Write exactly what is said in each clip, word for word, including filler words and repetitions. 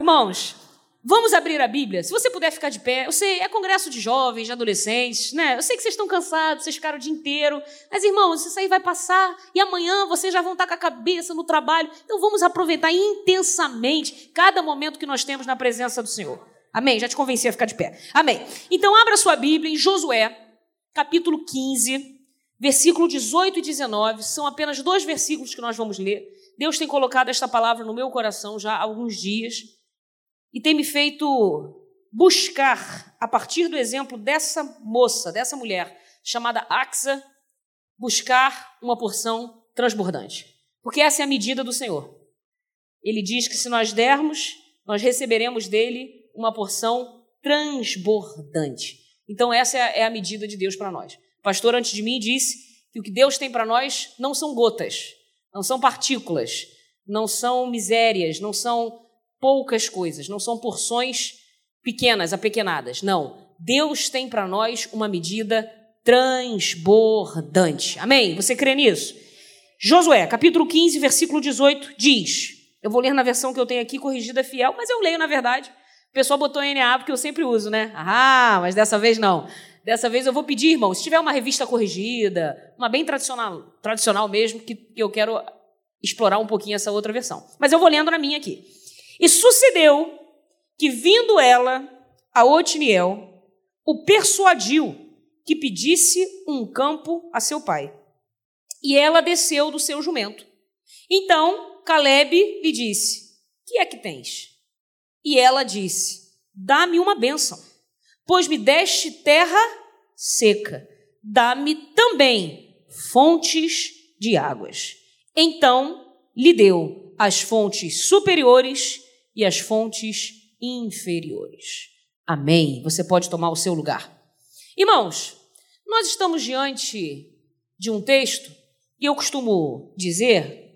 Irmãos, vamos abrir a Bíblia? Se você puder ficar de pé, eu sei, é congresso de jovens, de adolescentes, né? Eu sei que vocês estão cansados, vocês ficaram o dia inteiro, mas, irmãos, isso aí vai passar e amanhã vocês já vão estar com a cabeça no trabalho. Então, vamos aproveitar intensamente cada momento que nós temos na presença do Senhor. Amém? Já te convenci a ficar de pé. Amém. Então, abra sua Bíblia em Josué, capítulo quinze, versículo dezoito e dezenove. São apenas dois versículos que nós vamos ler. Deus tem colocado esta palavra no meu coração já há alguns dias e tem me feito buscar, a partir do exemplo dessa moça, dessa mulher, chamada Axa, buscar uma porção transbordante. Porque essa é a medida do Senhor. Ele diz que se nós dermos, nós receberemos dele uma porção transbordante. Então essa é a medida de Deus para nós. O pastor antes de mim disse que o que Deus tem para nós não são gotas, não são partículas, não são misérias, não são poucas coisas, não são porções pequenas, apequenadas. Não. Deus tem para nós uma medida transbordante. Amém? Você crê nisso? Josué, capítulo quinze, versículo dezoito, diz, eu vou ler na versão que eu tenho aqui, corrigida fiel, mas eu leio na verdade. O pessoal botou N A porque eu sempre uso, né? Ah, mas dessa vez não. Dessa vez eu vou pedir, irmão, se tiver uma revista corrigida, uma bem tradicional, tradicional mesmo, que eu quero explorar um pouquinho essa outra versão. Mas eu vou lendo na minha aqui. E sucedeu que, vindo ela a Otiniel, o persuadiu que pedisse um campo a seu pai. E ela desceu do seu jumento. Então Calebe lhe disse, que é que tens? E ela disse, dá-me uma bênção, pois me deste terra seca, dá-me também fontes de águas. Então lhe deu as fontes superiores e as fontes inferiores. Amém. Você pode tomar o seu lugar. Irmãos, nós estamos diante de um texto, e eu costumo dizer,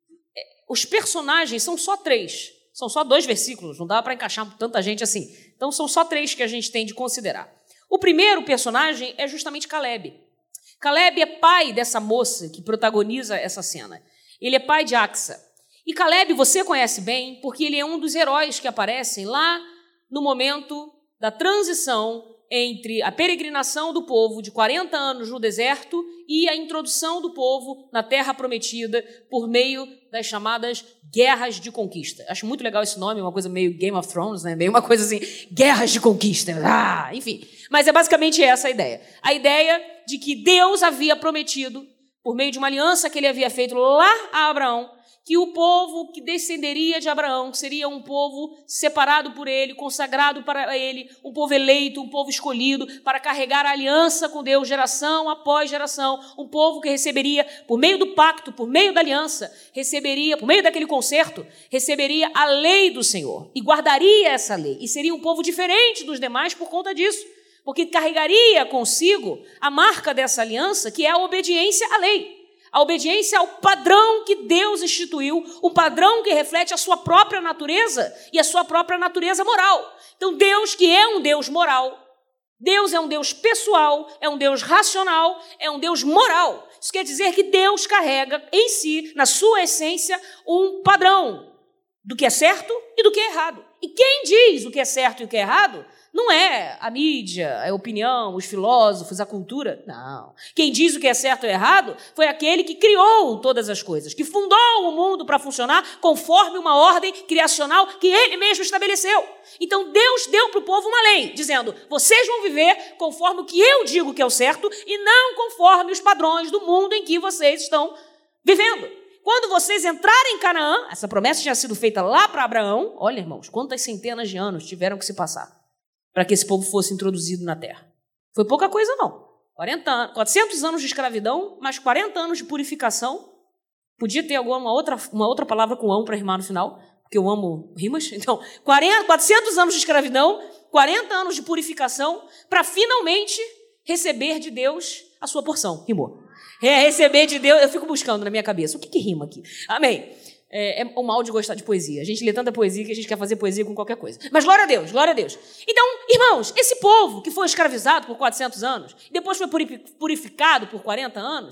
os personagens são só três, são só dois versículos, não dá para encaixar tanta gente assim. Então, são só três que a gente tem de considerar. O primeiro personagem é justamente Calebe. Calebe é pai dessa moça que protagoniza essa cena. Ele é pai de Axa. E Calebe você conhece bem, porque ele é um dos heróis que aparecem lá no momento da transição entre a peregrinação do povo de quarenta anos no deserto e a introdução do povo na Terra Prometida por meio das chamadas guerras de conquista. Acho muito legal esse nome, uma coisa meio Game of Thrones, né? Meio uma coisa assim, guerras de conquista. Ah, enfim, mas é basicamente essa a ideia. A ideia de que Deus havia prometido, por meio de uma aliança que ele havia feito lá a Abraão, que o povo que descenderia de Abraão seria um povo separado por ele, consagrado para ele, um povo eleito, um povo escolhido para carregar a aliança com Deus geração após geração, um povo que receberia, por meio do pacto, por meio da aliança, receberia, por meio daquele concerto, receberia a lei do Senhor e guardaria essa lei e seria um povo diferente dos demais por conta disso, porque carregaria consigo a marca dessa aliança, que é a obediência à lei. A obediência ao padrão que Deus instituiu, um padrão que reflete a sua própria natureza e a sua própria natureza moral. Então, Deus, que é um Deus moral, Deus é um Deus pessoal, é um Deus racional, é um Deus moral. Isso quer dizer que Deus carrega em si, na sua essência, um padrão do que é certo e do que é errado. E quem diz o que é certo e o que é errado não é a mídia, a opinião, os filósofos, a cultura. Não. Quem diz o que é certo e errado foi aquele que criou todas as coisas, que fundou o mundo para funcionar conforme uma ordem criacional que ele mesmo estabeleceu. Então Deus deu para o povo uma lei, dizendo, vocês vão viver conforme o que eu digo que é o certo e não conforme os padrões do mundo em que vocês estão vivendo. Quando vocês entrarem em Canaã, essa promessa tinha sido feita lá para Abraão, olha, irmãos, quantas centenas de anos tiveram que se passar para que esse povo fosse introduzido na terra. Foi pouca coisa, não. quarenta anos, quatrocentos anos de escravidão, mais quarenta anos de purificação. Podia ter alguma outra, uma outra palavra com ão para rimar no final, porque eu amo rimas. Então, quarenta, quatrocentos anos de escravidão, quarenta anos de purificação, para finalmente receber de Deus a sua porção. Rimou. É, receber de Deus, eu fico buscando na minha cabeça. O que, que rima aqui? Amém. É, é o mal de gostar de poesia. A gente lê tanta poesia que a gente quer fazer poesia com qualquer coisa. Mas glória a Deus, glória a Deus. Então, irmãos, esse povo que foi escravizado por quatrocentos anos, e depois foi purificado por quarenta anos,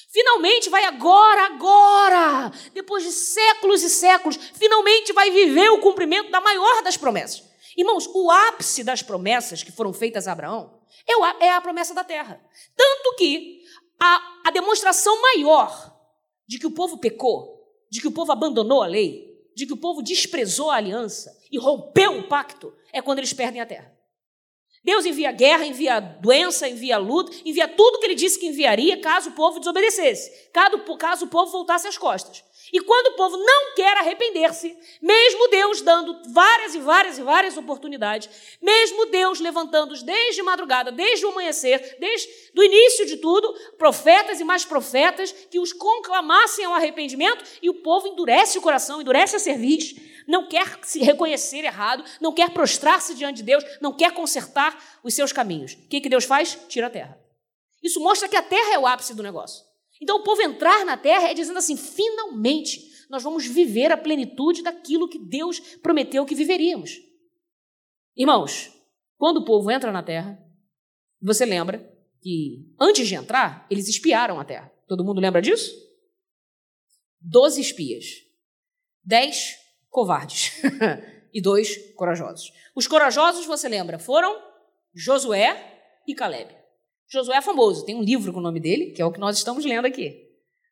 Finalmente vai agora, agora, depois de séculos e séculos, finalmente vai viver o cumprimento da maior das promessas. Irmãos, o ápice das promessas que foram feitas a Abraão é, o, é a promessa da terra. Tanto que a, a demonstração maior de que o povo pecou, de que o povo abandonou a lei, de que o povo desprezou a aliança e rompeu o pacto, é quando eles perdem a terra. Deus envia guerra, envia doença, envia luta, envia tudo que ele disse que enviaria caso o povo desobedecesse, caso, caso o povo voltasse as costas. E quando o povo não quer arrepender-se, mesmo Deus dando várias e várias e várias oportunidades, mesmo Deus levantando desde madrugada, desde o amanhecer, desde o início de tudo, profetas e mais profetas que os conclamassem ao arrependimento, e o povo endurece o coração, endurece a cerviz, não quer se reconhecer errado, não quer prostrar-se diante de Deus, não quer consertar os seus caminhos. O que, que Deus faz? Tira a terra. Isso mostra que a terra é o ápice do negócio. Então, o povo entrar na terra é dizendo assim, finalmente, nós vamos viver a plenitude daquilo que Deus prometeu que viveríamos. Irmãos, quando o povo entra na terra, você lembra que, antes de entrar, eles espiaram a terra. Todo mundo lembra disso? Doze espias. Dez covardes e dois corajosos. Os corajosos, você lembra, foram Josué e Calebe. Josué é famoso, tem um livro com o nome dele, que é o que nós estamos lendo aqui.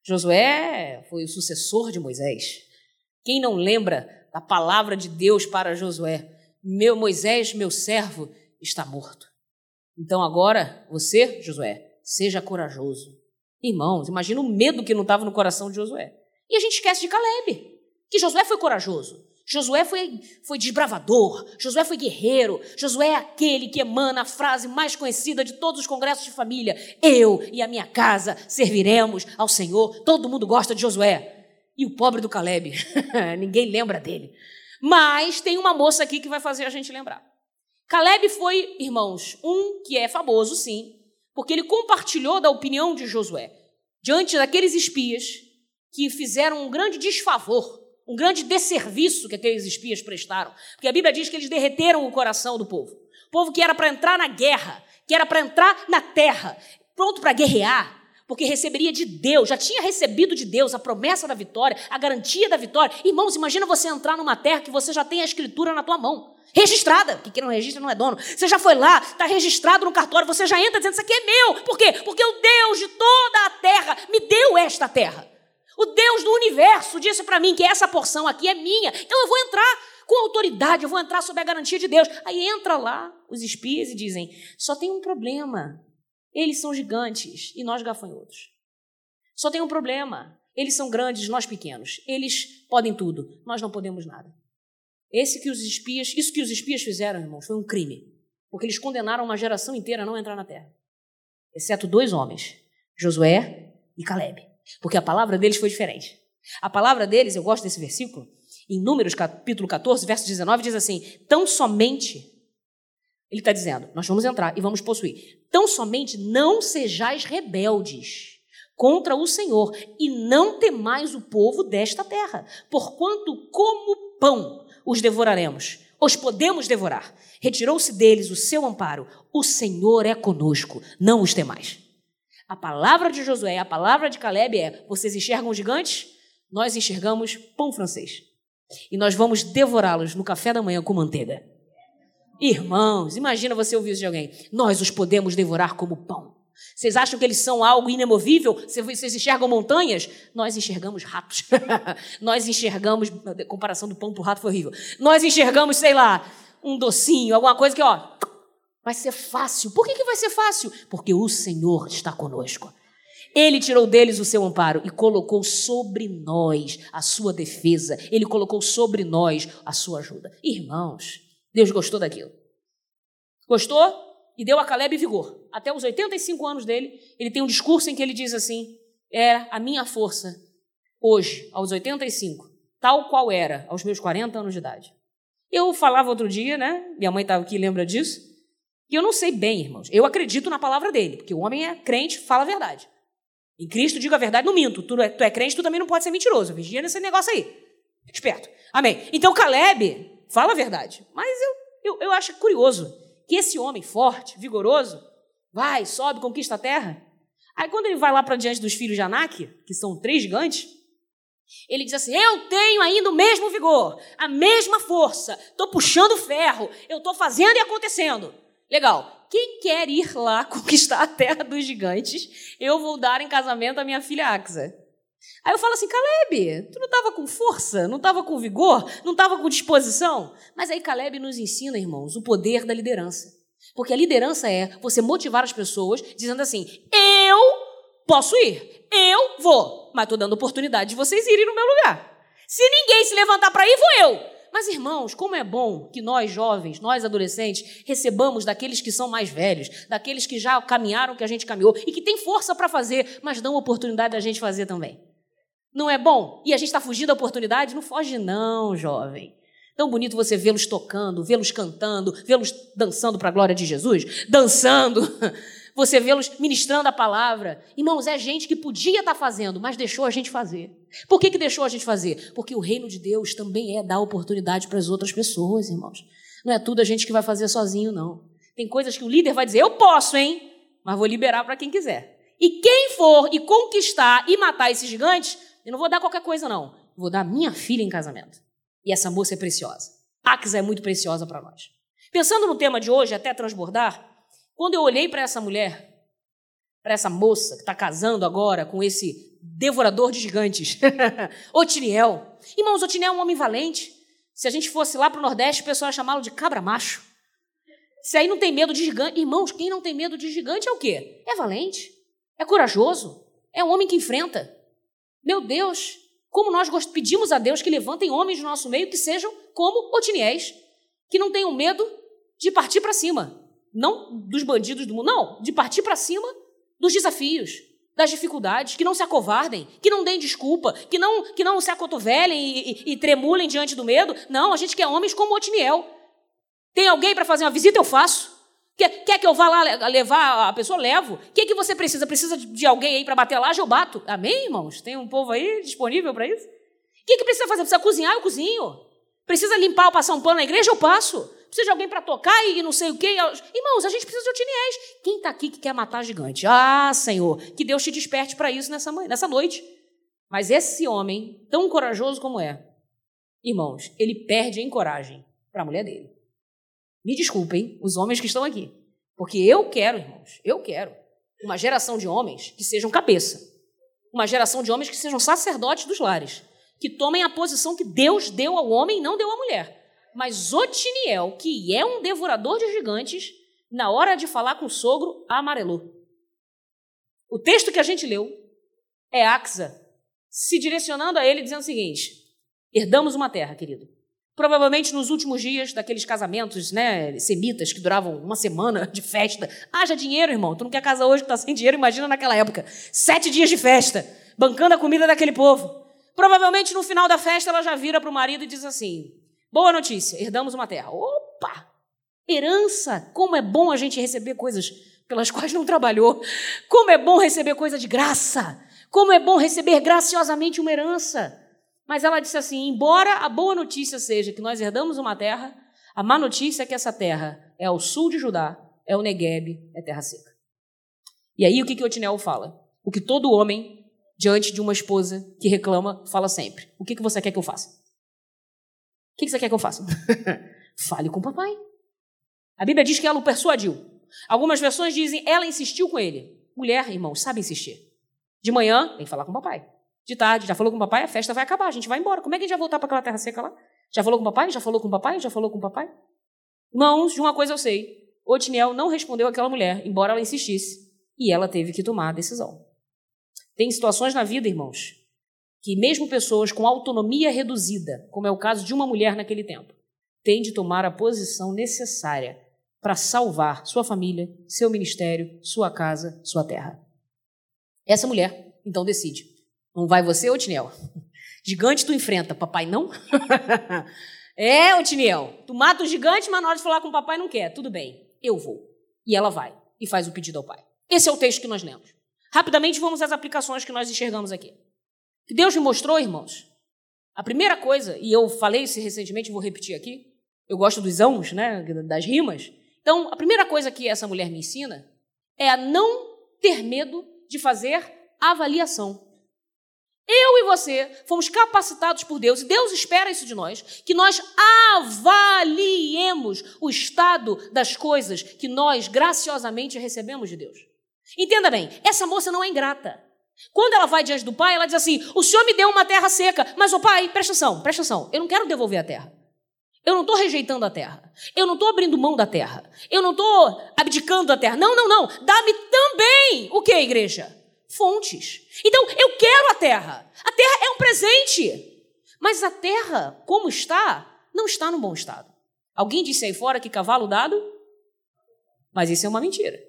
Josué foi o sucessor de Moisés. Quem não lembra da palavra de Deus para Josué? Meu Moisés, meu servo, está morto. Então agora, você, Josué, seja corajoso. Irmãos, imagina o medo que não estava no coração de Josué. E a gente esquece de Calebe, que Josué foi corajoso. Josué foi, foi desbravador, Josué foi guerreiro, Josué é aquele que emana a frase mais conhecida de todos os congressos de família: eu e a minha casa serviremos ao Senhor. Todo mundo gosta de Josué. E o pobre do Calebe, ninguém lembra dele. Mas tem uma moça aqui que vai fazer a gente lembrar. Calebe foi, irmãos, um que é famoso, sim, porque ele compartilhou da opinião de Josué diante daqueles espias que fizeram um grande desfavor, um grande desserviço que aqueles espias prestaram. Porque a Bíblia diz que eles derreteram o coração do povo. O povo que era para entrar na guerra, que era para entrar na terra, pronto para guerrear, porque receberia de Deus, já tinha recebido de Deus a promessa da vitória, a garantia da vitória. Irmãos, imagina você entrar numa terra que você já tem a escritura na tua mão, registrada, que quem não registra não é dono. Você já foi lá, está registrado no cartório, você já entra dizendo: isso aqui é meu. Por quê? Porque o Deus de toda a terra me deu esta terra. O Deus do universo disse para mim que essa porção aqui é minha, então eu vou entrar com autoridade, eu vou entrar sob a garantia de Deus. Aí entra lá os espias e dizem: só tem um problema, eles são gigantes e nós gafanhotos. Só tem um problema, eles são grandes, nós pequenos. Eles podem tudo, nós não podemos nada. Esse que os espias, isso que os espias fizeram, irmãos, foi um crime, porque eles condenaram uma geração inteira a não entrar na terra, exceto dois homens, Josué e Calebe. Porque a palavra deles foi diferente. A palavra deles, eu gosto desse versículo, em Números capítulo catorze, verso dezenove, diz assim: tão somente, ele está dizendo, nós vamos entrar e vamos possuir, tão somente não sejais rebeldes contra o Senhor e não temais o povo desta terra, porquanto como pão os devoraremos, os podemos devorar. Retirou-se deles o seu amparo, o Senhor é conosco, não os temais. A palavra de Josué, a palavra de Calebe é: vocês enxergam gigantes? Nós enxergamos pão francês. E nós vamos devorá-los no café da manhã com manteiga. Irmãos, imagina você ouvir isso de alguém: nós os podemos devorar como pão. Vocês acham que eles são algo inemovível? Vocês enxergam montanhas? Nós enxergamos ratos. Nós enxergamos, a comparação do pão para o rato foi horrível. Nós enxergamos, sei lá, um docinho, alguma coisa que, ó, vai ser fácil. Por que que vai ser fácil? Porque o Senhor está conosco. Ele tirou deles o seu amparo e colocou sobre nós a sua defesa. Ele colocou sobre nós a sua ajuda. Irmãos, Deus gostou daquilo. Gostou e deu a Calebe vigor. Até os oitenta e cinco anos dele, ele tem um discurso em que ele diz assim: era a minha força hoje, aos oitenta e cinco, tal qual era aos meus quarenta anos de idade. Eu falava outro dia, né? Minha mãe estava aqui, lembra disso? E eu não sei bem, irmãos. Eu acredito na palavra dele, porque o homem é crente, fala a verdade. Em Cristo, digo a verdade, não minto. Tu é, tu é crente, tu também não pode ser mentiroso. Vigia nesse negócio aí. Esperto. Amém. Então, Calebe fala a verdade. Mas eu, eu, eu acho curioso que esse homem forte, vigoroso, vai, sobe, conquista a terra. Aí quando ele vai lá para diante dos filhos de Anak, que são três gigantes, ele diz assim, eu tenho ainda o mesmo vigor, a mesma força, estou puxando ferro, eu estou fazendo e acontecendo. Legal. Quem quer ir lá conquistar a terra dos gigantes, eu vou dar em casamento a minha filha Axa. Aí eu falo assim, Caleb, tu não estava com força, não estava com vigor, não estava com disposição? Mas aí Caleb nos ensina, irmãos, o poder da liderança. Porque a liderança é você motivar as pessoas dizendo assim, eu posso ir, eu vou, mas estou dando oportunidade de vocês irem no meu lugar. Se ninguém se levantar para ir, vou eu. Mas, irmãos, como é bom que nós jovens, nós adolescentes, recebamos daqueles que são mais velhos, daqueles que já caminharam o que a gente caminhou e que têm força para fazer, mas dão oportunidade da gente fazer também. Não é bom? E a gente está fugindo da oportunidade? Não foge não, jovem. Tão bonito você vê-los tocando, vê-los cantando, vê-los dançando para a glória de Jesus, dançando, você vê-los ministrando a palavra. Irmãos, é gente que podia estar fazendo, mas deixou a gente fazer. Por que que deixou a gente fazer? Porque o reino de Deus também é dar oportunidade para as outras pessoas, irmãos. Não é tudo a gente que vai fazer sozinho, não. Tem coisas que o líder vai dizer, eu posso, hein? Mas vou liberar para quem quiser. E quem for e conquistar e matar esses gigantes, eu não vou dar qualquer coisa, não. Eu vou dar minha filha em casamento. E essa moça é preciosa. Axa é muito preciosa para nós. Pensando no tema de hoje, até transbordar, quando eu olhei para essa mulher, para essa moça que está casando agora com esse devorador de gigantes, Otiniel. Irmãos, Otiniel é um homem valente. Se a gente fosse lá para o Nordeste, o pessoal ia chamá-lo de cabra macho. Se aí não tem medo de gigante, irmãos, quem não tem medo de gigante é o quê? É valente, é corajoso, é um homem que enfrenta. Meu Deus, como nós pedimos a Deus que levantem homens do nosso meio que sejam como Otiniéis, que não tenham medo de partir para cima. Não dos bandidos do mundo, não, de partir para cima dos desafios, das dificuldades, que não se acovardem, que não deem desculpa, que não, que não se acotovelem e, e, e tremulem diante do medo. Não, a gente quer homens como Otiniel. Tem alguém para fazer uma visita? Eu faço. Quer, quer que eu vá lá levar a pessoa? Levo. O que, que você precisa? Precisa de, de alguém aí para bater a laje? Eu bato. Amém, irmãos? Tem um povo aí disponível para isso? O que, que precisa fazer? Precisa cozinhar? Eu cozinho. Precisa limpar ou passar um pano na igreja? Eu passo. Precisa de alguém para tocar e não sei o quê. Irmãos, a gente precisa de Otiniéis. Quem está aqui que quer matar gigante? Ah, Senhor, que Deus te desperte para isso nessa, nessa noite. Mas esse homem, tão corajoso como é, irmãos, ele perde em coragem para a mulher dele. Me desculpem, os homens que estão aqui. Porque eu quero, irmãos, eu quero uma geração de homens que sejam cabeça. Uma geração de homens que sejam sacerdotes dos lares. Que tomem a posição que Deus deu ao homem e não deu à mulher. Mas Otiniel, que é um devorador de gigantes, na hora de falar com o sogro, amarelou. O texto que a gente leu é Axa se direcionando a ele, dizendo o seguinte, herdamos uma terra, querido. Provavelmente nos últimos dias daqueles casamentos, né, semitas, que duravam uma semana de festa. Haja dinheiro, irmão. Tu não quer casar hoje que tá sem dinheiro? Imagina naquela época. Sete dias de festa, bancando a comida daquele povo. Provavelmente no final da festa ela já vira para o marido e diz assim, boa notícia, herdamos uma terra. Opa! Herança! Como é bom a gente receber coisas pelas quais não trabalhou. Como é bom receber coisa de graça. Como é bom receber graciosamente uma herança. Mas ela disse assim, embora a boa notícia seja que nós herdamos uma terra, a má notícia é que essa terra é ao sul de Judá, é o Negueb, é terra seca. E aí o que que Otiniel fala? O que todo homem, diante de uma esposa que reclama, fala sempre. O que que você quer que eu faça? O que que você quer que eu faça? Fale com o papai. A Bíblia diz que ela o persuadiu. Algumas versões dizem, ela insistiu com ele. Mulher, irmão, sabe insistir. De manhã, tem que falar com o papai. De tarde, já falou com o papai, a festa vai acabar, a gente vai embora. Como é que a gente vai voltar para aquela terra seca lá? Já falou com o papai? Já falou com o papai? Já falou com o papai? Irmãos, de uma coisa eu sei. Otiniel não respondeu àquela mulher, embora ela insistisse. E ela teve que tomar a decisão. Tem situações na vida, irmãos, que mesmo pessoas com autonomia reduzida, como é o caso de uma mulher naquele tempo, têm de tomar a posição necessária para salvar sua família, seu ministério, sua casa, sua terra. Essa mulher, então, decide. Não vai você, Otiniel? Gigante tu enfrenta, papai não? É, Otiniel, tu mata o gigante, mas na hora de falar com o papai não quer. Tudo bem, eu vou. E ela vai e faz o pedido ao pai. Esse é o texto que nós lemos. Rapidamente vamos às aplicações que nós enxergamos aqui. Que Deus me mostrou, irmãos, a primeira coisa, e eu falei isso recentemente, vou repetir aqui, eu gosto dos ãos, né, das rimas. Então, a primeira coisa que essa mulher me ensina é a não ter medo de fazer avaliação. Eu e você fomos capacitados por Deus, e Deus espera isso de nós, que nós avaliemos o estado das coisas que nós graciosamente recebemos de Deus. Entenda bem, essa moça não é ingrata. Quando ela vai diante do pai, ela diz assim, o Senhor me deu uma terra seca, mas o pai, presta atenção, presta atenção, eu não quero devolver a terra. Eu não estou rejeitando a terra. Eu não estou abrindo mão da terra. Eu não estou abdicando da terra. Não, não, não. Dá-me também o que, igreja? Fontes. Então, eu quero a terra. A terra é um presente. Mas a terra, como está, não está num bom estado. Alguém disse aí fora que cavalo dado? Mas isso é uma mentira.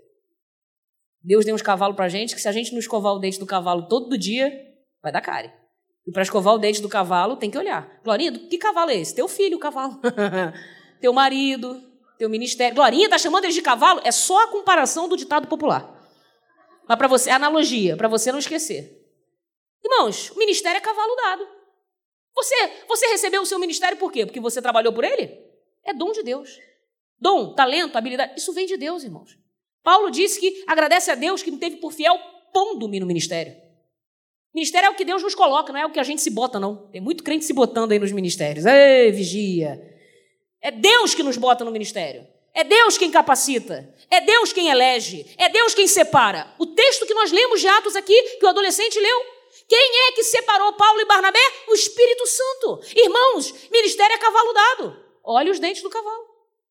Deus deu uns cavalos para a gente que se a gente não escovar o dente do cavalo todo dia, vai dar cárie. E para escovar o dente do cavalo, tem que olhar. Glorinha, que cavalo é esse? Teu filho, o cavalo. Teu marido, teu ministério. Glorinha, está chamando eles de cavalo? É só a comparação do ditado popular. Mas para você, analogia, para você não esquecer. Irmãos, o ministério é cavalo dado. Você, você recebeu o seu ministério por quê? Porque você trabalhou por ele? É dom de Deus. Dom, talento, habilidade, isso vem de Deus, irmãos. Paulo disse que agradece a Deus que me teve por fiel pondo-me no ministério. Ministério é o que Deus nos coloca, não é o que a gente se bota, não. Tem muito crente se botando aí nos ministérios. Ei, vigia. É Deus que nos bota no ministério. É Deus quem capacita. É Deus quem elege. É Deus quem separa. O texto que nós lemos de Atos aqui, que o adolescente leu, quem é que separou Paulo e Barnabé? O Espírito Santo. Irmãos, ministério é cavalo dado. Olha os dentes do cavalo.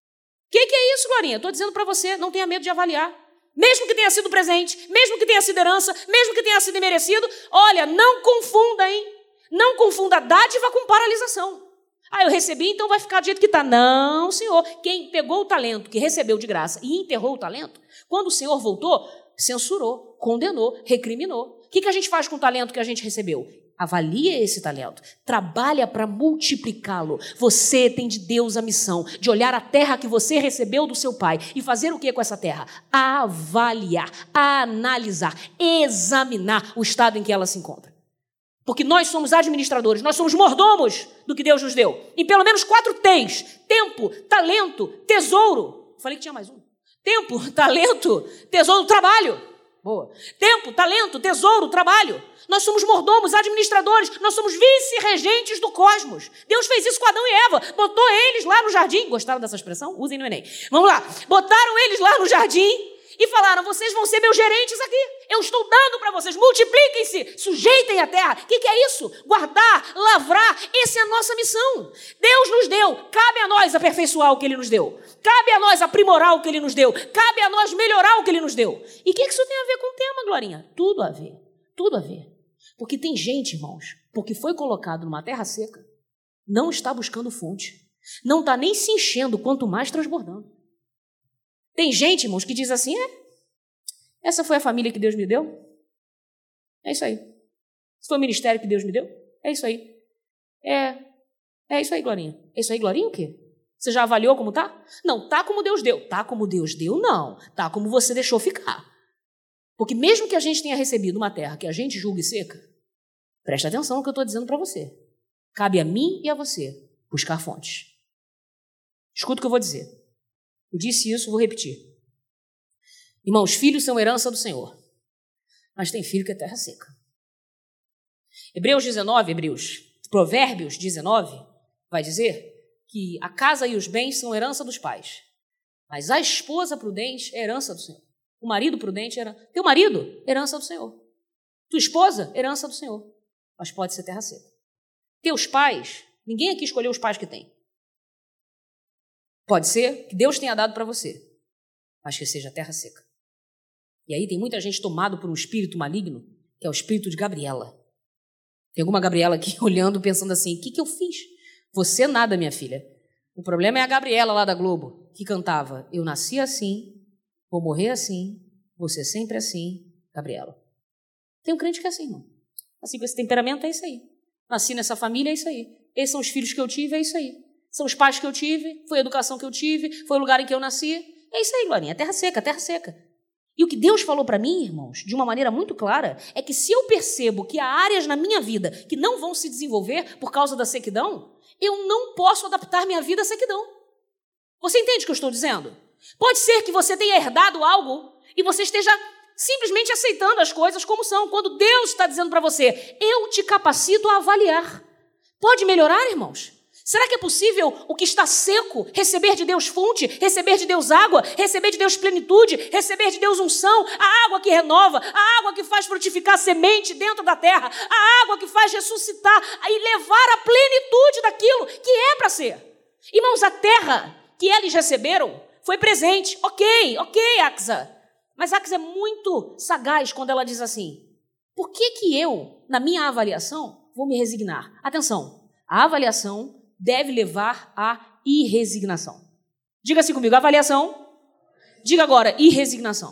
O que, que é isso, Glorinha? Estou dizendo para você, não tenha medo de avaliar. Mesmo que tenha sido presente, mesmo que tenha sido herança, mesmo que tenha sido imerecido, olha, não confunda, hein? Não confunda dádiva com paralisação. Ah, eu recebi, então vai ficar do jeito que está. Não, Senhor. Quem pegou o talento que recebeu de graça e enterrou o talento, quando o Senhor voltou, censurou, condenou, recriminou. O que, que a gente faz com o talento que a gente recebeu? Avalia esse talento, trabalha para multiplicá-lo. Você tem de Deus a missão de olhar a terra que você recebeu do seu pai e fazer o que com essa terra? Avaliar, analisar, examinar o estado em que ela se encontra. Porque nós somos administradores, nós somos mordomos do que Deus nos deu. Em pelo menos quatro T's: tempo, talento, tesouro. Falei que tinha mais um. Tempo, talento, tesouro, trabalho. Boa. Tempo, talento, tesouro, trabalho. Nós somos mordomos, administradores, nós somos vice-regentes do cosmos. Deus fez isso com Adão e Eva, botou eles lá no jardim. Gostaram dessa expressão? Usem no Enem. Vamos lá. Botaram eles lá no jardim e falaram, vocês vão ser meus gerentes aqui. Eu estou dando para vocês, multipliquem-se, sujeitem a terra. O que, que é isso? Guardar, lavrar, essa é a nossa missão. Deus nos deu, cabe a nós aperfeiçoar o que Ele nos deu. Cabe a nós aprimorar o que Ele nos deu. Cabe a nós melhorar o que Ele nos deu. E o que, que isso tem a ver com o tema, Glorinha? Tudo a ver, tudo a ver. Porque tem gente, irmãos, porque foi colocado numa terra seca, não está buscando fonte, não está nem se enchendo, quanto mais transbordando. Tem gente, irmãos, que diz assim, é, essa foi a família que Deus me deu? É isso aí. Esse foi o ministério que Deus me deu? É isso aí. É, é isso aí, Glorinha. É isso aí, Glorinha, o quê? Você já avaliou como tá? Não, tá como Deus deu. Tá como Deus deu, não. Tá como você deixou ficar. Porque mesmo que a gente tenha recebido uma terra que a gente julgue seca, presta atenção no que eu estou dizendo para você. Cabe a mim e a você buscar fontes. Escuta o que eu vou dizer. Eu disse isso, vou repetir. Irmãos, filhos são herança do Senhor, mas tem filho que é terra seca. Hebreus dezenove, Hebreus, Provérbios dezenove, vai dizer que a casa e os bens são herança dos pais, mas a esposa prudente é herança do Senhor. O marido prudente era... Teu marido, herança do Senhor. Tua esposa, herança do Senhor. Mas pode ser terra seca. Teus pais, ninguém aqui escolheu os pais que tem. Pode ser que Deus tenha dado para você, mas que seja terra seca. E aí tem muita gente tomada por um espírito maligno, que é o espírito de Gabriela. Tem alguma Gabriela aqui olhando, pensando assim, o que, que eu fiz? Você nada, minha filha. O problema é a Gabriela lá da Globo, que cantava, eu nasci assim, vou morrer assim, vou ser sempre assim, Gabriela. Tem um crente que é assim, irmão. Assim, com esse temperamento, é isso aí. Nasci nessa família, é isso aí. Esses são os filhos que eu tive, é isso aí. São os pais que eu tive, foi a educação que eu tive, foi o lugar em que eu nasci. É isso aí, Glorinha, é terra seca, terra seca. E o que Deus falou para mim, irmãos, de uma maneira muito clara, é que se eu percebo que há áreas na minha vida que não vão se desenvolver por causa da sequidão, eu não posso adaptar minha vida à sequidão. Você entende o que eu estou dizendo? Pode ser que você tenha herdado algo e você esteja simplesmente aceitando as coisas como são. Quando Deus está dizendo para você, eu te capacito a avaliar. Pode melhorar, irmãos? Será que é possível o que está seco receber de Deus fonte, receber de Deus água, receber de Deus plenitude, receber de Deus unção, a água que renova, a água que faz frutificar a semente dentro da terra, a água que faz ressuscitar e levar a plenitude daquilo que é para ser? Irmãos, a terra que eles receberam foi presente. Ok, ok, Axa. Mas Axa é muito sagaz quando ela diz assim, por que que eu, na minha avaliação, vou me resignar? Atenção, a avaliação deve levar à irresignação. Diga assim comigo, avaliação. Diga agora, irresignação.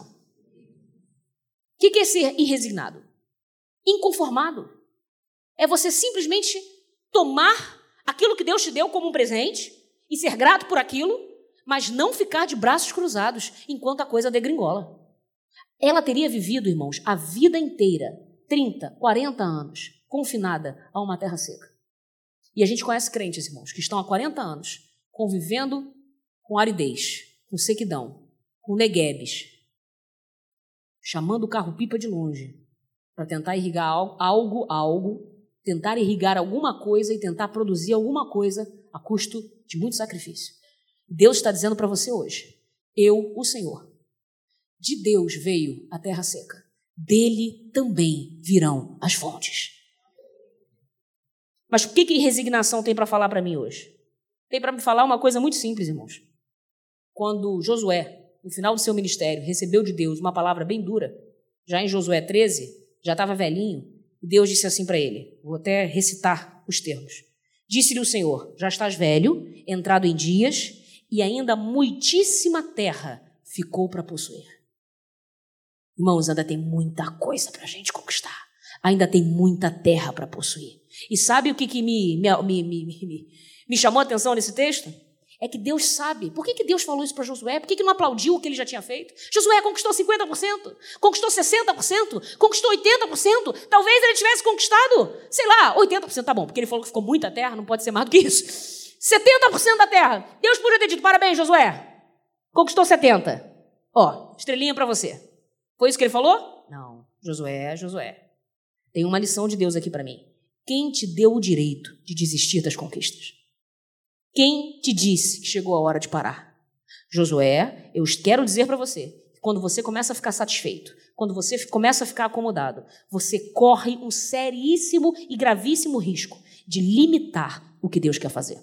O que é ser irresignado? Inconformado. É você simplesmente tomar aquilo que Deus te deu como um presente e ser grato por aquilo, mas não ficar de braços cruzados enquanto a coisa degringola. Ela teria vivido, irmãos, a vida inteira, trinta, quarenta anos, confinada a uma terra seca. E a gente conhece crentes, irmãos, que estão há quarenta anos convivendo com aridez, com sequidão, com neguebes, chamando o carro-pipa de longe para tentar irrigar algo, algo, tentar irrigar alguma coisa e tentar produzir alguma coisa a custo de muito sacrifício. Deus está dizendo para você hoje, eu, o Senhor, de Deus veio a terra seca, dele também virão as fontes. Mas o que que resignação tem para falar para mim hoje? Tem para me falar uma coisa muito simples, irmãos. Quando Josué, no final do seu ministério, recebeu de Deus uma palavra bem dura, já em Josué treze, já estava velhinho, e Deus disse assim para ele, vou até recitar os termos. Disse-lhe o Senhor, já estás velho, entrado em dias, e ainda muitíssima terra ficou para possuir. Irmãos, ainda tem muita coisa para a gente conquistar. Ainda tem muita terra para possuir. E sabe o que, que me, me, me, me, me, me chamou a atenção nesse texto? É que Deus sabe. Por que, que Deus falou isso para Josué? Por que, que não aplaudiu o que ele já tinha feito? Josué conquistou cinquenta por cento, conquistou sessenta por cento, conquistou oitenta por cento. Talvez ele tivesse conquistado, sei lá, oitenta por cento, tá bom, porque ele falou que ficou muita terra, não pode ser mais do que isso. setenta por cento da terra. Deus podia ter dito, parabéns, Josué. Conquistou setenta. Ó, estrelinha para você. Foi isso que ele falou? Não. Josué, Josué. Tem uma lição de Deus aqui para mim. Quem te deu o direito de desistir das conquistas? Quem te disse que chegou a hora de parar? Josué, eu quero dizer para você, quando você começa a ficar satisfeito, quando você começa a ficar acomodado, você corre um seríssimo e gravíssimo risco de limitar o que Deus quer fazer.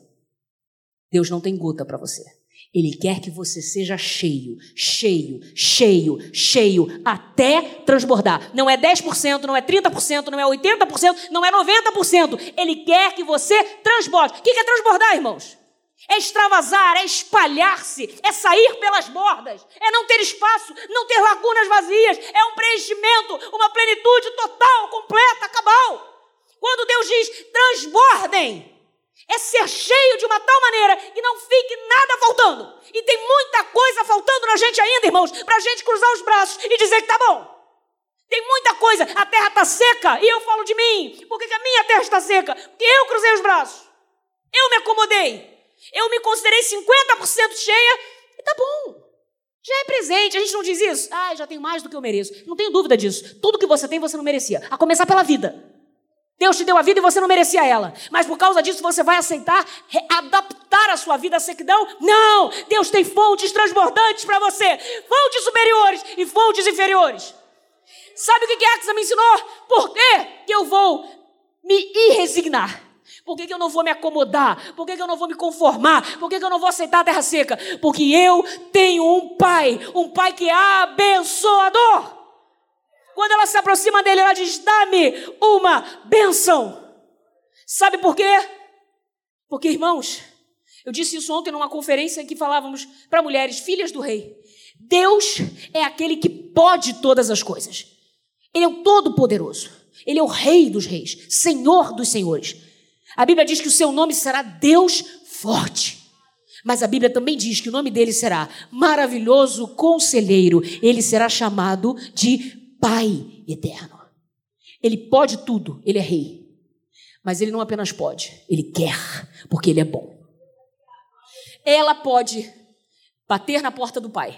Deus não tem gota para você. Ele quer que você seja cheio, cheio, cheio, cheio, até transbordar. Não é dez por cento, não é trinta por cento, não é oitenta por cento, não é noventa por cento. Ele quer que você transborde. O que é transbordar, irmãos? É extravasar, é espalhar-se, é sair pelas bordas, é não ter espaço, não ter lagunas vazias, é um preenchimento, uma plenitude total, completa, cabal. Quando Deus diz, transbordem, é ser cheio de uma tal maneira que não fique nada faltando. E tem muita coisa faltando na gente ainda, irmãos, para a gente cruzar os braços e dizer que tá bom. Tem muita coisa, a terra está seca, e eu falo de mim. Por que que a minha terra está seca? Porque eu cruzei os braços, eu me acomodei, eu me considerei cinquenta por cento cheia, e tá bom. Já é presente, a gente não diz isso? Ah, já tenho mais do que eu mereço. Não tenho dúvida disso. Tudo que você tem, você não merecia. A começar pela vida. Deus te deu a vida e você não merecia ela. Mas por causa disso você vai aceitar, adaptar a sua vida à sequidão? Não! Deus tem fontes transbordantes para você. Fontes superiores e fontes inferiores. Sabe o que que Axa me ensinou? Por que que eu vou me irresignar? Por que que eu não vou me acomodar? Por que que eu não vou me conformar? Por que que eu não vou aceitar a terra seca? Porque eu tenho um pai, um pai que é abençoador. Quando ela se aproxima dele, ela diz, dá-me uma bênção. Sabe por quê? Porque, irmãos, eu disse isso ontem numa conferência em que falávamos para mulheres, filhas do rei. Deus é aquele que pode todas as coisas. Ele é o Todo-Poderoso. Ele é o Rei dos Reis, Senhor dos Senhores. A Bíblia diz que o seu nome será Deus Forte. Mas a Bíblia também diz que o nome dele será Maravilhoso Conselheiro. Ele será chamado de Pai Eterno. Ele pode tudo, ele é rei. Mas ele não apenas pode, ele quer, porque ele é bom. Ela pode bater na porta do pai,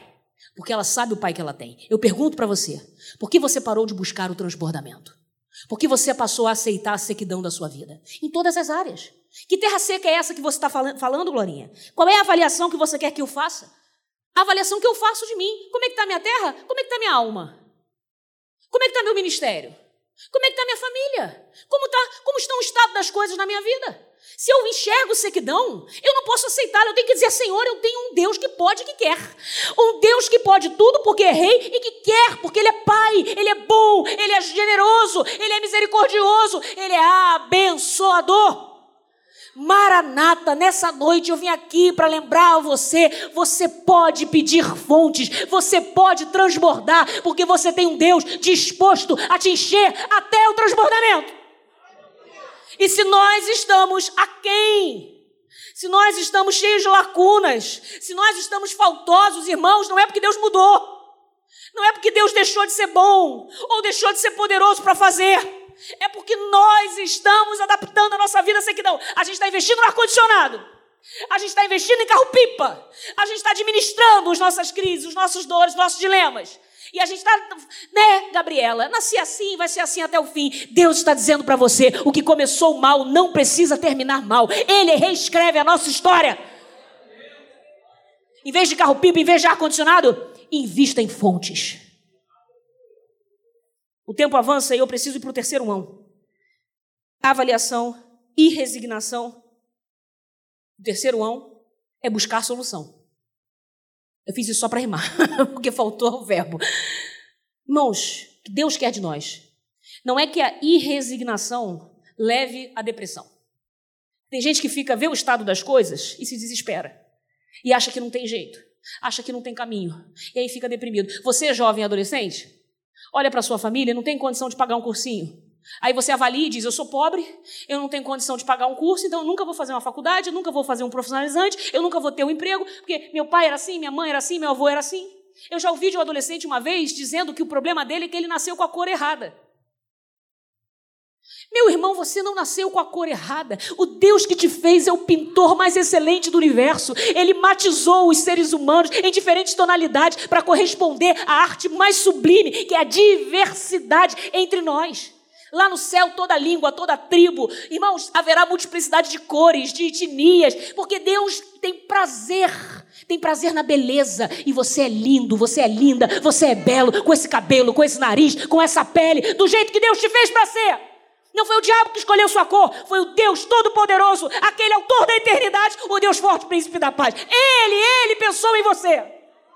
Porque ela sabe o pai que ela tem. Eu pergunto para você, por que você parou de buscar o transbordamento? Por que você passou a aceitar a sequidão da sua vida? Em todas as áreas. Que terra seca é essa que você está falando, Glorinha? Qual é a avaliação que você quer que eu faça? A avaliação que eu faço de mim. Como é que está a minha terra? Como é que está a minha alma? Como é que está meu ministério? Como é que está a minha família? Como, tá, como está o estado das coisas na minha vida? Se eu enxergo sequidão, eu não posso aceitar. Eu tenho que dizer, Senhor, eu tenho um Deus que pode e que quer. Um Deus que pode tudo porque é rei e que quer, porque Ele é Pai, Ele é bom, Ele é generoso, Ele é misericordioso, Ele é abençoador. Maranata, nessa noite eu vim aqui para lembrar a você, você pode pedir fontes, você pode transbordar, porque você tem um Deus disposto a te encher até o transbordamento. E se nós estamos aquém, se nós estamos cheios de lacunas, se nós estamos faltosos, irmãos, não é porque Deus mudou, não é porque Deus deixou de ser bom, ou deixou de ser poderoso para fazer, é porque nós estamos adaptando a nossa vida à sequidão. A gente está investindo no ar-condicionado, a gente está investindo em carro-pipa, a gente está administrando as nossas crises, os nossos dores, os nossos dilemas. E a gente está, né, Gabriela, nasci assim, vai ser assim até o fim. Deus está dizendo para você, o que começou mal não precisa terminar mal. Ele reescreve a nossa história. Em vez de carro-pipa, em vez de ar-condicionado, invista em fontes. O tempo avança e eu preciso ir para o terceiro ão. Avaliação e resignação. O terceiro ão é buscar solução. Eu fiz isso só para rimar, porque faltou o verbo. Irmãos, o que Deus quer de nós não é que a irresignação leve à depressão. Tem gente que fica, vê o estado das coisas e se desespera. E acha que não tem jeito, acha que não tem caminho. E aí fica deprimido. Você, jovem adolescente, olha para sua família, não tem condição de pagar um cursinho. Aí você avalia e diz, eu sou pobre, eu não tenho condição de pagar um curso, então eu nunca vou fazer uma faculdade, eu nunca vou fazer um profissionalizante, eu nunca vou ter um emprego, porque meu pai era assim, minha mãe era assim, meu avô era assim. Eu já ouvi de um adolescente uma vez dizendo que o problema dele é que ele nasceu com a cor errada. Meu irmão, você não nasceu com a cor errada. O Deus que te fez é o pintor mais excelente do universo. Ele matizou os seres humanos em diferentes tonalidades para corresponder à arte mais sublime, que é a diversidade entre nós. Lá no céu, toda língua, toda tribo. Irmãos, haverá multiplicidade de cores, de etnias, porque Deus tem prazer, tem prazer na beleza. E você é lindo, você é linda, você é belo, com esse cabelo, com esse nariz, com essa pele, do jeito que Deus te fez para ser. Não foi o diabo que escolheu sua cor, foi o Deus Todo-Poderoso, aquele autor da eternidade, o Deus forte, príncipe da paz. Ele, ele pensou em você.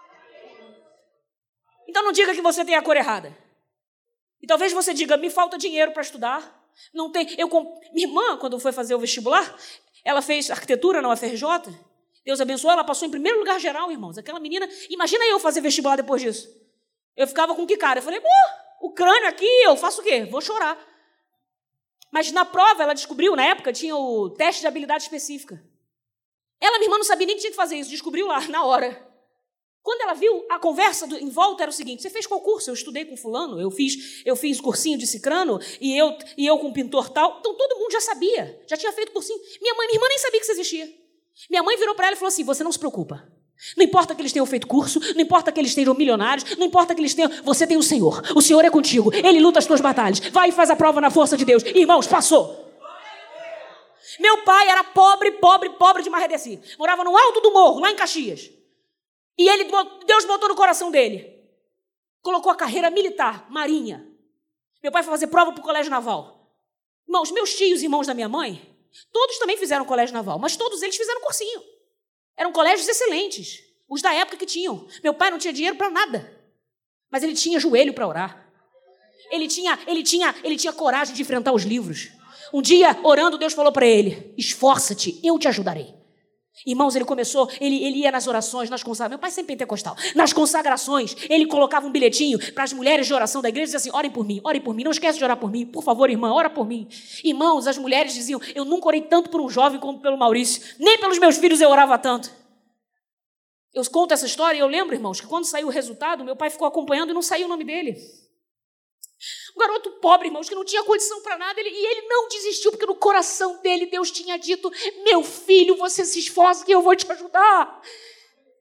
Então não diga que você tem a cor errada. E talvez você diga, me falta dinheiro para estudar. Não tem. Eu comp... Minha irmã, quando foi fazer o vestibular, ela fez arquitetura na U F R J. Deus abençoou, ela passou em primeiro lugar geral, irmãos. Aquela menina, imagina eu fazer vestibular depois disso. Eu ficava com que cara? Eu falei, o crânio aqui, eu faço o quê? Vou chorar. Mas na prova, ela descobriu, na época, tinha o teste de habilidade específica. Ela, minha irmã, não sabia nem que tinha que fazer isso, descobriu lá, na hora. Quando ela viu, a conversa do, em volta era o seguinte, você fez qual curso? Eu estudei com fulano, eu fiz, eu fiz cursinho de cicrano, e eu, e eu com pintor tal. Então todo mundo já sabia, já tinha feito cursinho. Minha mãe, minha irmã nem sabia que isso existia. Minha mãe virou para ela e falou assim, você não se preocupa. Não importa que eles tenham feito curso, não importa que eles tenham milionários, não importa que eles tenham... Você tem o Senhor, o Senhor é contigo, Ele luta as tuas batalhas. Vai e faz a prova na força de Deus. Irmãos, passou. Meu pai era pobre, pobre, pobre de Marredeci. Morava no alto do morro, lá em Caxias. E ele, Deus botou no coração dele. Colocou a carreira militar, marinha. Meu pai foi fazer prova para o colégio naval. Irmãos, meus tios, irmãos da minha mãe, todos também fizeram colégio naval, mas todos eles fizeram cursinho. Eram colégios excelentes, os da época que tinham. Meu pai não tinha dinheiro para nada, mas ele tinha joelho para orar. Ele tinha, ele, tinha, ele tinha coragem de enfrentar os livros. Um dia, orando, Deus falou para ele, esforça-te, eu te ajudarei. Irmãos, ele começou, ele, ele ia nas orações, nas consagrações. Meu pai sempre pentecostal. Nas consagrações, ele colocava um bilhetinho para as mulheres de oração da igreja e dizia assim, orem por mim, orem por mim, não esquece de orar por mim. Por favor, irmã, ora por mim. Irmãos, as mulheres diziam, eu nunca orei tanto por um jovem como pelo Maurício. Nem pelos meus filhos eu orava tanto. Eu conto essa história e eu lembro, irmãos, que quando saiu o resultado, meu pai ficou acompanhando e não saiu o nome dele. Um garoto pobre, irmãos, que não tinha condição para nada, ele, e ele não desistiu, porque no coração dele Deus tinha dito, meu filho, você se esforça que eu vou te ajudar. E não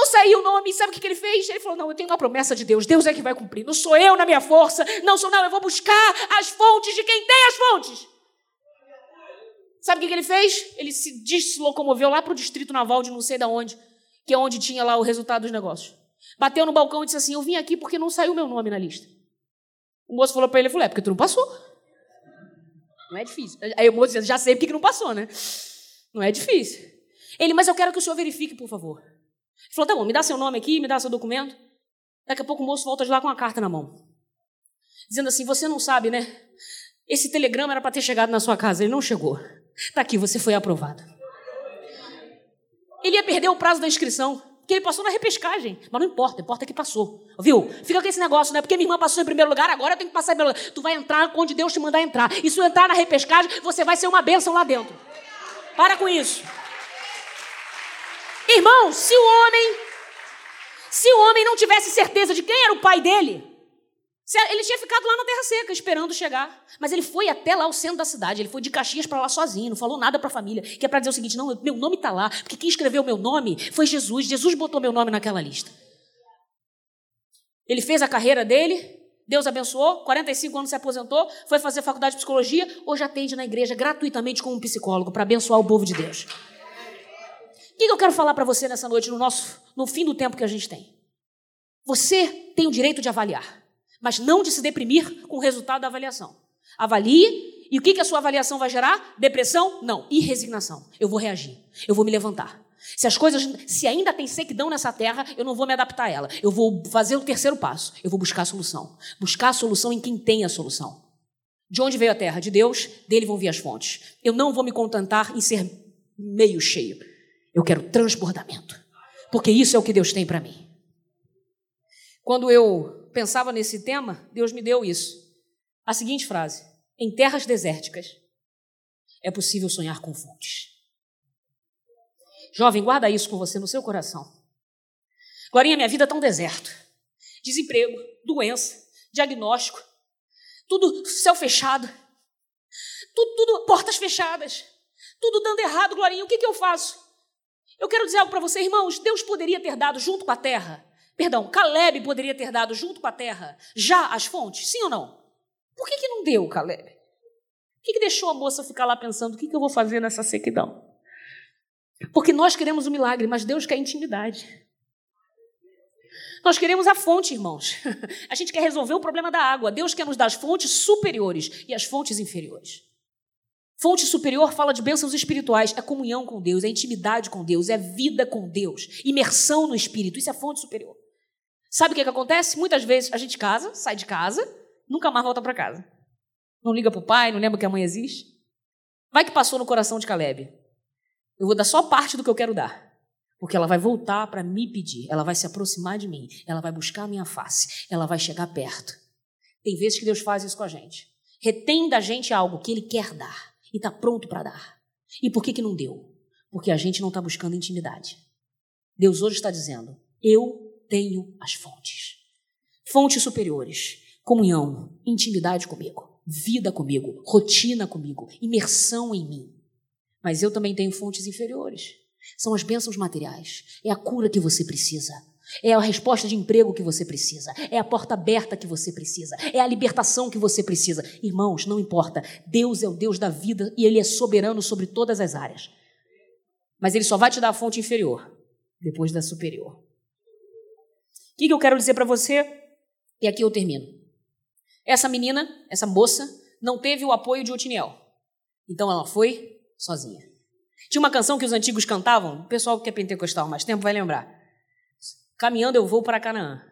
saiu o nome, sabe o que ele fez? Ele falou, não, eu tenho uma promessa de Deus, Deus é que vai cumprir, não sou eu na minha força, não sou não, eu vou buscar as fontes de quem tem as fontes. Sabe o que ele fez? Ele se deslocomoveu lá para o distrito naval de não sei de onde, que é onde tinha lá o resultado dos negócios. Bateu no balcão e disse assim, eu vim aqui porque não saiu meu nome na lista. O moço falou para ele, falou, é porque tu não passou. Não é difícil. Aí o moço disse, já sei porque que não passou, né? Não é difícil. Ele, mas eu quero que o senhor verifique, por favor. Ele falou, tá bom, me dá seu nome aqui, me dá seu documento. Daqui a pouco o moço volta de lá com uma carta na mão. Dizendo assim, você não sabe, né? Esse telegrama era para ter chegado na sua casa, ele não chegou. Está aqui, você foi aprovado. Ele ia perder o prazo da inscrição, porque ele passou na repescagem. Mas não importa, importa que passou. Viu? Fica com esse negócio, né? Porque minha irmã passou em primeiro lugar, agora eu tenho que passar em primeiro lugar. Tu vai entrar onde Deus te mandar entrar. E se eu entrar na repescagem, você vai ser uma bênção lá dentro. Para com isso. Irmão, se o homem, se o homem não tivesse certeza de quem era o pai dele, ele tinha ficado lá na terra seca, esperando chegar. Mas ele foi até lá, o centro da cidade. Ele foi de Caxias para lá sozinho, não falou nada para a família. Que é para dizer o seguinte, não, meu nome está lá, porque quem escreveu meu nome foi Jesus. Jesus botou meu nome naquela lista. Ele fez a carreira dele, Deus abençoou, quarenta e cinco anos se aposentou, foi fazer faculdade de psicologia, hoje atende na igreja gratuitamente como um psicólogo para abençoar o povo de Deus. O que eu quero falar para você nessa noite, no, nosso, no fim do tempo que a gente tem? Você tem o direito de avaliar. Mas não de se deprimir com o resultado da avaliação. Avalie, e o que, que a sua avaliação vai gerar? Depressão? Não. E resignação. Eu vou reagir. Eu vou me levantar. Se as coisas, se ainda tem sequidão nessa terra, eu não vou me adaptar a ela. Eu vou fazer o terceiro passo. Eu vou buscar a solução. Buscar a solução em quem tem a solução. De onde veio a terra? De Deus. Dele vão vir as fontes. Eu não vou me contentar em ser meio cheio. Eu quero transbordamento. Porque isso é o que Deus tem para mim. Quando eu pensava nesse tema, Deus me deu isso. A seguinte frase, em terras desérticas é possível sonhar com fontes. Jovem, guarda isso com você no seu coração. Glorinha, minha vida está um deserto. Desemprego, doença, diagnóstico, tudo céu fechado, tudo, tudo portas fechadas, tudo dando errado, Glorinha, o que, que eu faço? Eu quero dizer algo para você, irmãos, Deus poderia ter dado junto com a terra, Perdão, Caleb poderia ter dado junto com a terra já as fontes, sim ou não? Por que, que não deu, Caleb? Por que, que deixou a moça ficar lá pensando, o que, que eu vou fazer nessa sequidão? Porque nós queremos o milagre, mas Deus quer intimidade. Nós queremos a fonte, irmãos. A gente quer resolver o problema da água. Deus quer nos dar as fontes superiores e as fontes inferiores. Fonte superior fala de bênçãos espirituais, é comunhão com Deus, é intimidade com Deus, é vida com Deus, imersão no Espírito, isso é fonte superior. Sabe o que, que acontece? Muitas vezes a gente casa, sai de casa, nunca mais volta para casa. Não liga para o pai, não lembra que a mãe existe. Vai que passou no coração de Caleb. Eu vou dar só parte do que eu quero dar, porque ela vai voltar para me pedir, ela vai se aproximar de mim, ela vai buscar a minha face, ela vai chegar perto. Tem vezes que Deus faz isso com a gente. Retém da gente algo que Ele quer dar e está pronto para dar. E por que, que não deu? Porque a gente não está buscando intimidade. Deus hoje está dizendo, eu tenho as fontes. Fontes superiores, comunhão, intimidade comigo, vida comigo, rotina comigo, imersão em mim. Mas eu também tenho fontes inferiores. São as bênçãos materiais. É a cura que você precisa. É a resposta de emprego que você precisa. É a porta aberta que você precisa. É a libertação que você precisa. Irmãos, não importa. Deus é o Deus da vida e Ele é soberano sobre todas as áreas. Mas Ele só vai te dar a fonte inferior, depois da superior. O que, que eu quero dizer para você? E aqui eu termino. Essa menina, essa moça, não teve o apoio de Otiniel. Então ela foi sozinha. Tinha uma canção que os antigos cantavam, o pessoal que é pentecostal há mais tempo vai lembrar. Caminhando eu vou para Canaã.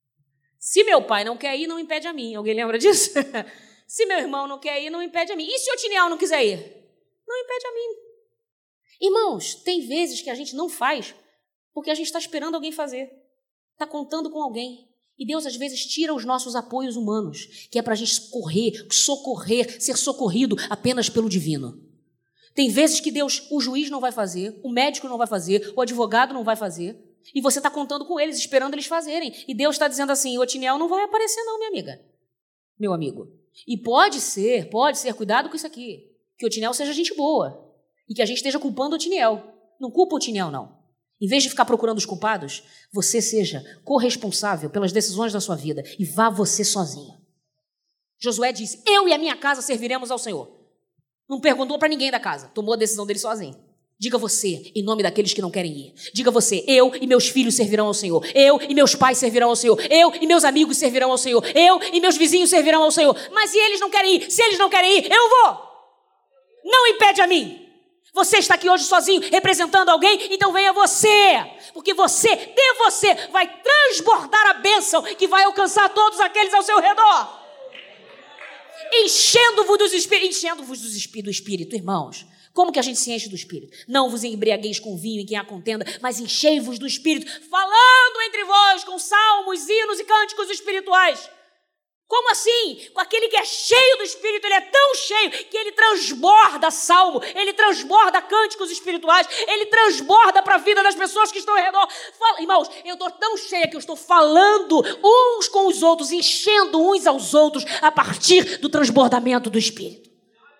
Se meu pai não quer ir, não impede a mim. Alguém lembra disso? Se meu irmão não quer ir, não impede a mim. E se Otiniel não quiser ir? Não impede a mim. Irmãos, tem vezes que a gente não faz porque a gente está esperando alguém fazer. Está contando com alguém. E Deus, às vezes, tira os nossos apoios humanos, que é para a gente correr, socorrer, ser socorrido apenas pelo divino. Tem vezes que Deus, o juiz não vai fazer, o médico não vai fazer, o advogado não vai fazer, e você está contando com eles, esperando eles fazerem. E Deus está dizendo assim, Otiniel não vai aparecer não, minha amiga, meu amigo. E pode ser, pode ser, cuidado com isso aqui, que Otiniel seja gente boa, e que a gente esteja culpando Otiniel. Não culpa Otiniel, não. Em vez de ficar procurando os culpados, você seja corresponsável pelas decisões da sua vida e vá você sozinho. Josué disse, eu e a minha casa serviremos ao Senhor. Não perguntou para ninguém da casa, tomou a decisão dele sozinho. Diga você, em nome daqueles que não querem ir. Diga você, eu e meus filhos servirão ao Senhor. Eu e meus pais servirão ao Senhor. Eu e meus amigos servirão ao Senhor. Eu e meus vizinhos servirão ao Senhor. Mas se eles não querem ir, se eles não querem ir, eu vou. Não impede a mim. Você está aqui hoje sozinho, representando alguém, então venha você. Porque você, de você, vai transbordar a bênção que vai alcançar todos aqueles ao seu redor. Enchendo-vos dos espíritos, enchendo-vos do Espírito, irmãos. Como que a gente se enche do Espírito? Não vos embriagueis com vinho em quem há contenda, mas enchei-vos do Espírito, falando entre vós com salmos, hinos e cânticos espirituais. Como assim? Com aquele que é cheio do Espírito, ele é tão cheio que ele transborda salmo, ele transborda cânticos espirituais, ele transborda para a vida das pessoas que estão ao redor. Fala, irmãos, eu estou tão cheia que eu estou falando uns com os outros, enchendo uns aos outros a partir do transbordamento do Espírito.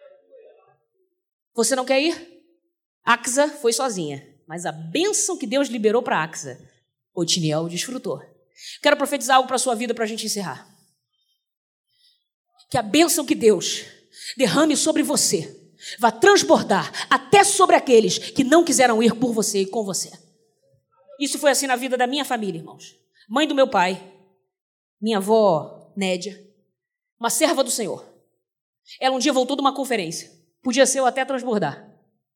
Você não quer ir? Axa foi sozinha, mas a bênção que Deus liberou para Axa, Otiniel desfrutou. Quero profetizar algo para a sua vida para a gente encerrar. Que a bênção que Deus derrame sobre você vai transbordar até sobre aqueles que não quiseram ir por você e com você. Isso foi assim na vida da minha família, irmãos. Mãe do meu pai, minha avó Nédia, uma serva do Senhor. Ela um dia voltou de uma conferência. Podia ser eu até transbordar.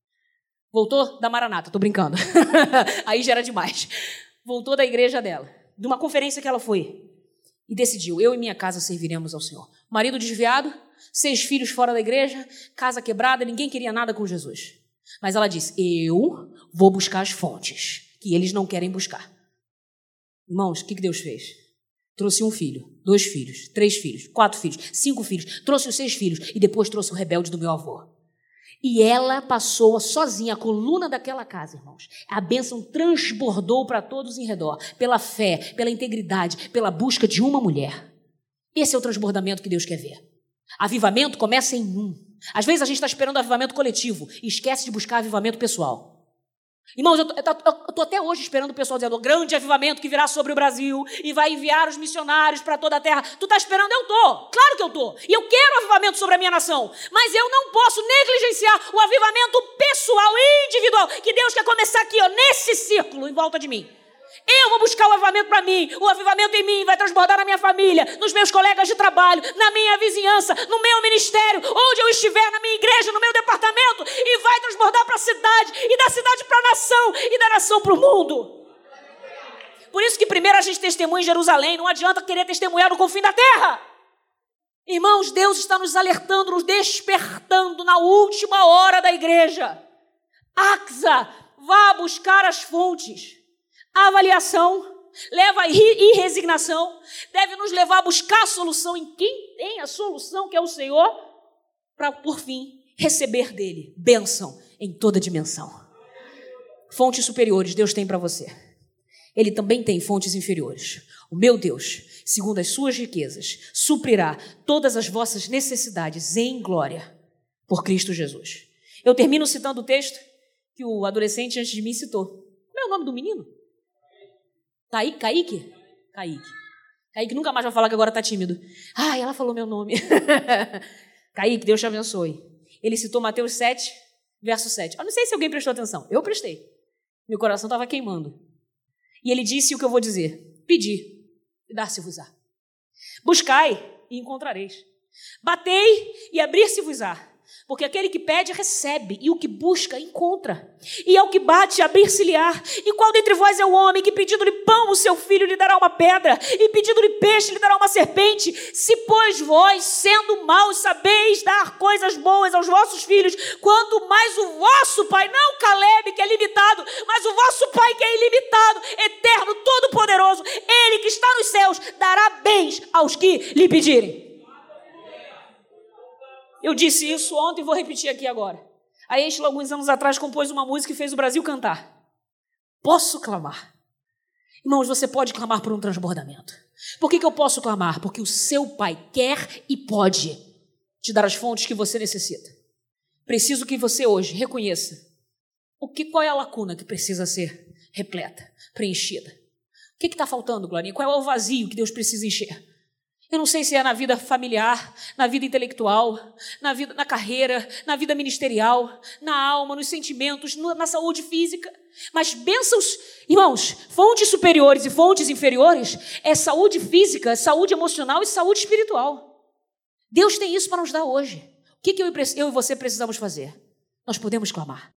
Voltou da Maranata, tô brincando. Aí já era demais. Voltou da igreja dela, de uma conferência que ela foi. E decidiu, eu e minha casa serviremos ao Senhor. Marido desviado, seis filhos fora da igreja, casa quebrada, ninguém queria nada com Jesus. Mas ela disse, eu vou buscar as fontes que eles não querem buscar. Irmãos, o que Deus fez? Trouxe um filho, dois filhos, três filhos, quatro filhos, cinco filhos, trouxe os seis filhos e depois trouxe o rebelde do meu avô. E ela passou sozinha, a coluna daquela casa, irmãos. A bênção transbordou para todos em redor, pela fé, pela integridade, pela busca de uma mulher. Esse é o transbordamento que Deus quer ver. Avivamento começa em um. Às vezes a gente está esperando avivamento coletivo e esquece de buscar avivamento pessoal. Irmãos, eu estou até hoje esperando o pessoal dizendo o grande avivamento que virá sobre o Brasil e vai enviar os missionários para toda a terra. Tu está esperando? Eu estou. Claro que eu estou. E eu quero avivamento sobre a minha nação. Mas eu não posso negligenciar o avivamento pessoal e individual que Deus quer começar aqui, ó, nesse círculo em volta de mim. Eu vou buscar o avivamento para mim. O avivamento em mim vai transbordar na minha família, nos meus colegas de trabalho, na minha vizinhança, no meu ministério, onde eu estiver, na minha igreja, no meu departamento, e vai transbordar para a cidade, e da cidade para a nação, e da nação para o mundo. Por isso que primeiro a gente testemunha em Jerusalém. Não adianta querer testemunhar no confim da terra. Irmãos, Deus está nos alertando, nos despertando na última hora da igreja. Axa, vá buscar as fontes. A avaliação leva a ir resignação, deve nos levar a buscar a solução em quem tem a solução, que é o Senhor, para, por fim, receber dele bênção em toda dimensão. Fontes superiores Deus tem para você. Ele também tem fontes inferiores. O meu Deus, segundo as suas riquezas, suprirá todas as vossas necessidades em glória por Cristo Jesus. Eu termino citando o texto que o adolescente antes de mim citou. Como é o nome do menino? Kaique? Kaique? Kaique. Kaique nunca mais vai falar que agora está tímido. Ai, ela falou meu nome. Kaique, Deus te abençoe. Ele citou Mateus sete, verso sete. Eu não sei se alguém prestou atenção. Eu prestei. Meu coração estava queimando. E ele disse o que eu vou dizer. Pedi, e dar-se-vos-á. Buscai, e encontrareis. Batei, e abrir-se-vos-á. Porque aquele que pede, recebe, e o que busca, encontra. E ao que bate, abrir-se-lhe-á. E qual dentre vós é o homem que, pedindo-lhe pão, o seu filho lhe dará uma pedra, e pedindo-lhe peixe, lhe dará uma serpente? Se, pois, vós, sendo maus, sabeis dar coisas boas aos vossos filhos, quanto mais o vosso Pai, não Caleb, que é limitado, mas o vosso Pai, que é ilimitado, eterno, todo-poderoso, ele que está nos céus, dará bens aos que lhe pedirem. Eu disse isso ontem e vou repetir aqui agora. A Estela, alguns anos atrás, compôs uma música e fez o Brasil cantar. Posso clamar. Irmãos, você pode clamar por um transbordamento. Por que que eu posso clamar? Porque o seu Pai quer e pode te dar as fontes que você necessita. Preciso que você hoje reconheça o que, qual é a lacuna que precisa ser repleta, preenchida. O que está faltando, Glorinha? Qual é o vazio que Deus precisa encher? Eu não sei se é na vida familiar, na vida intelectual, na vida, na carreira, na vida ministerial, na alma, nos sentimentos, na saúde física. Mas bênçãos, irmãos, fontes superiores e fontes inferiores é saúde física, saúde emocional e saúde espiritual. Deus tem isso para nos dar hoje. O que eu e você precisamos fazer? Nós podemos clamar.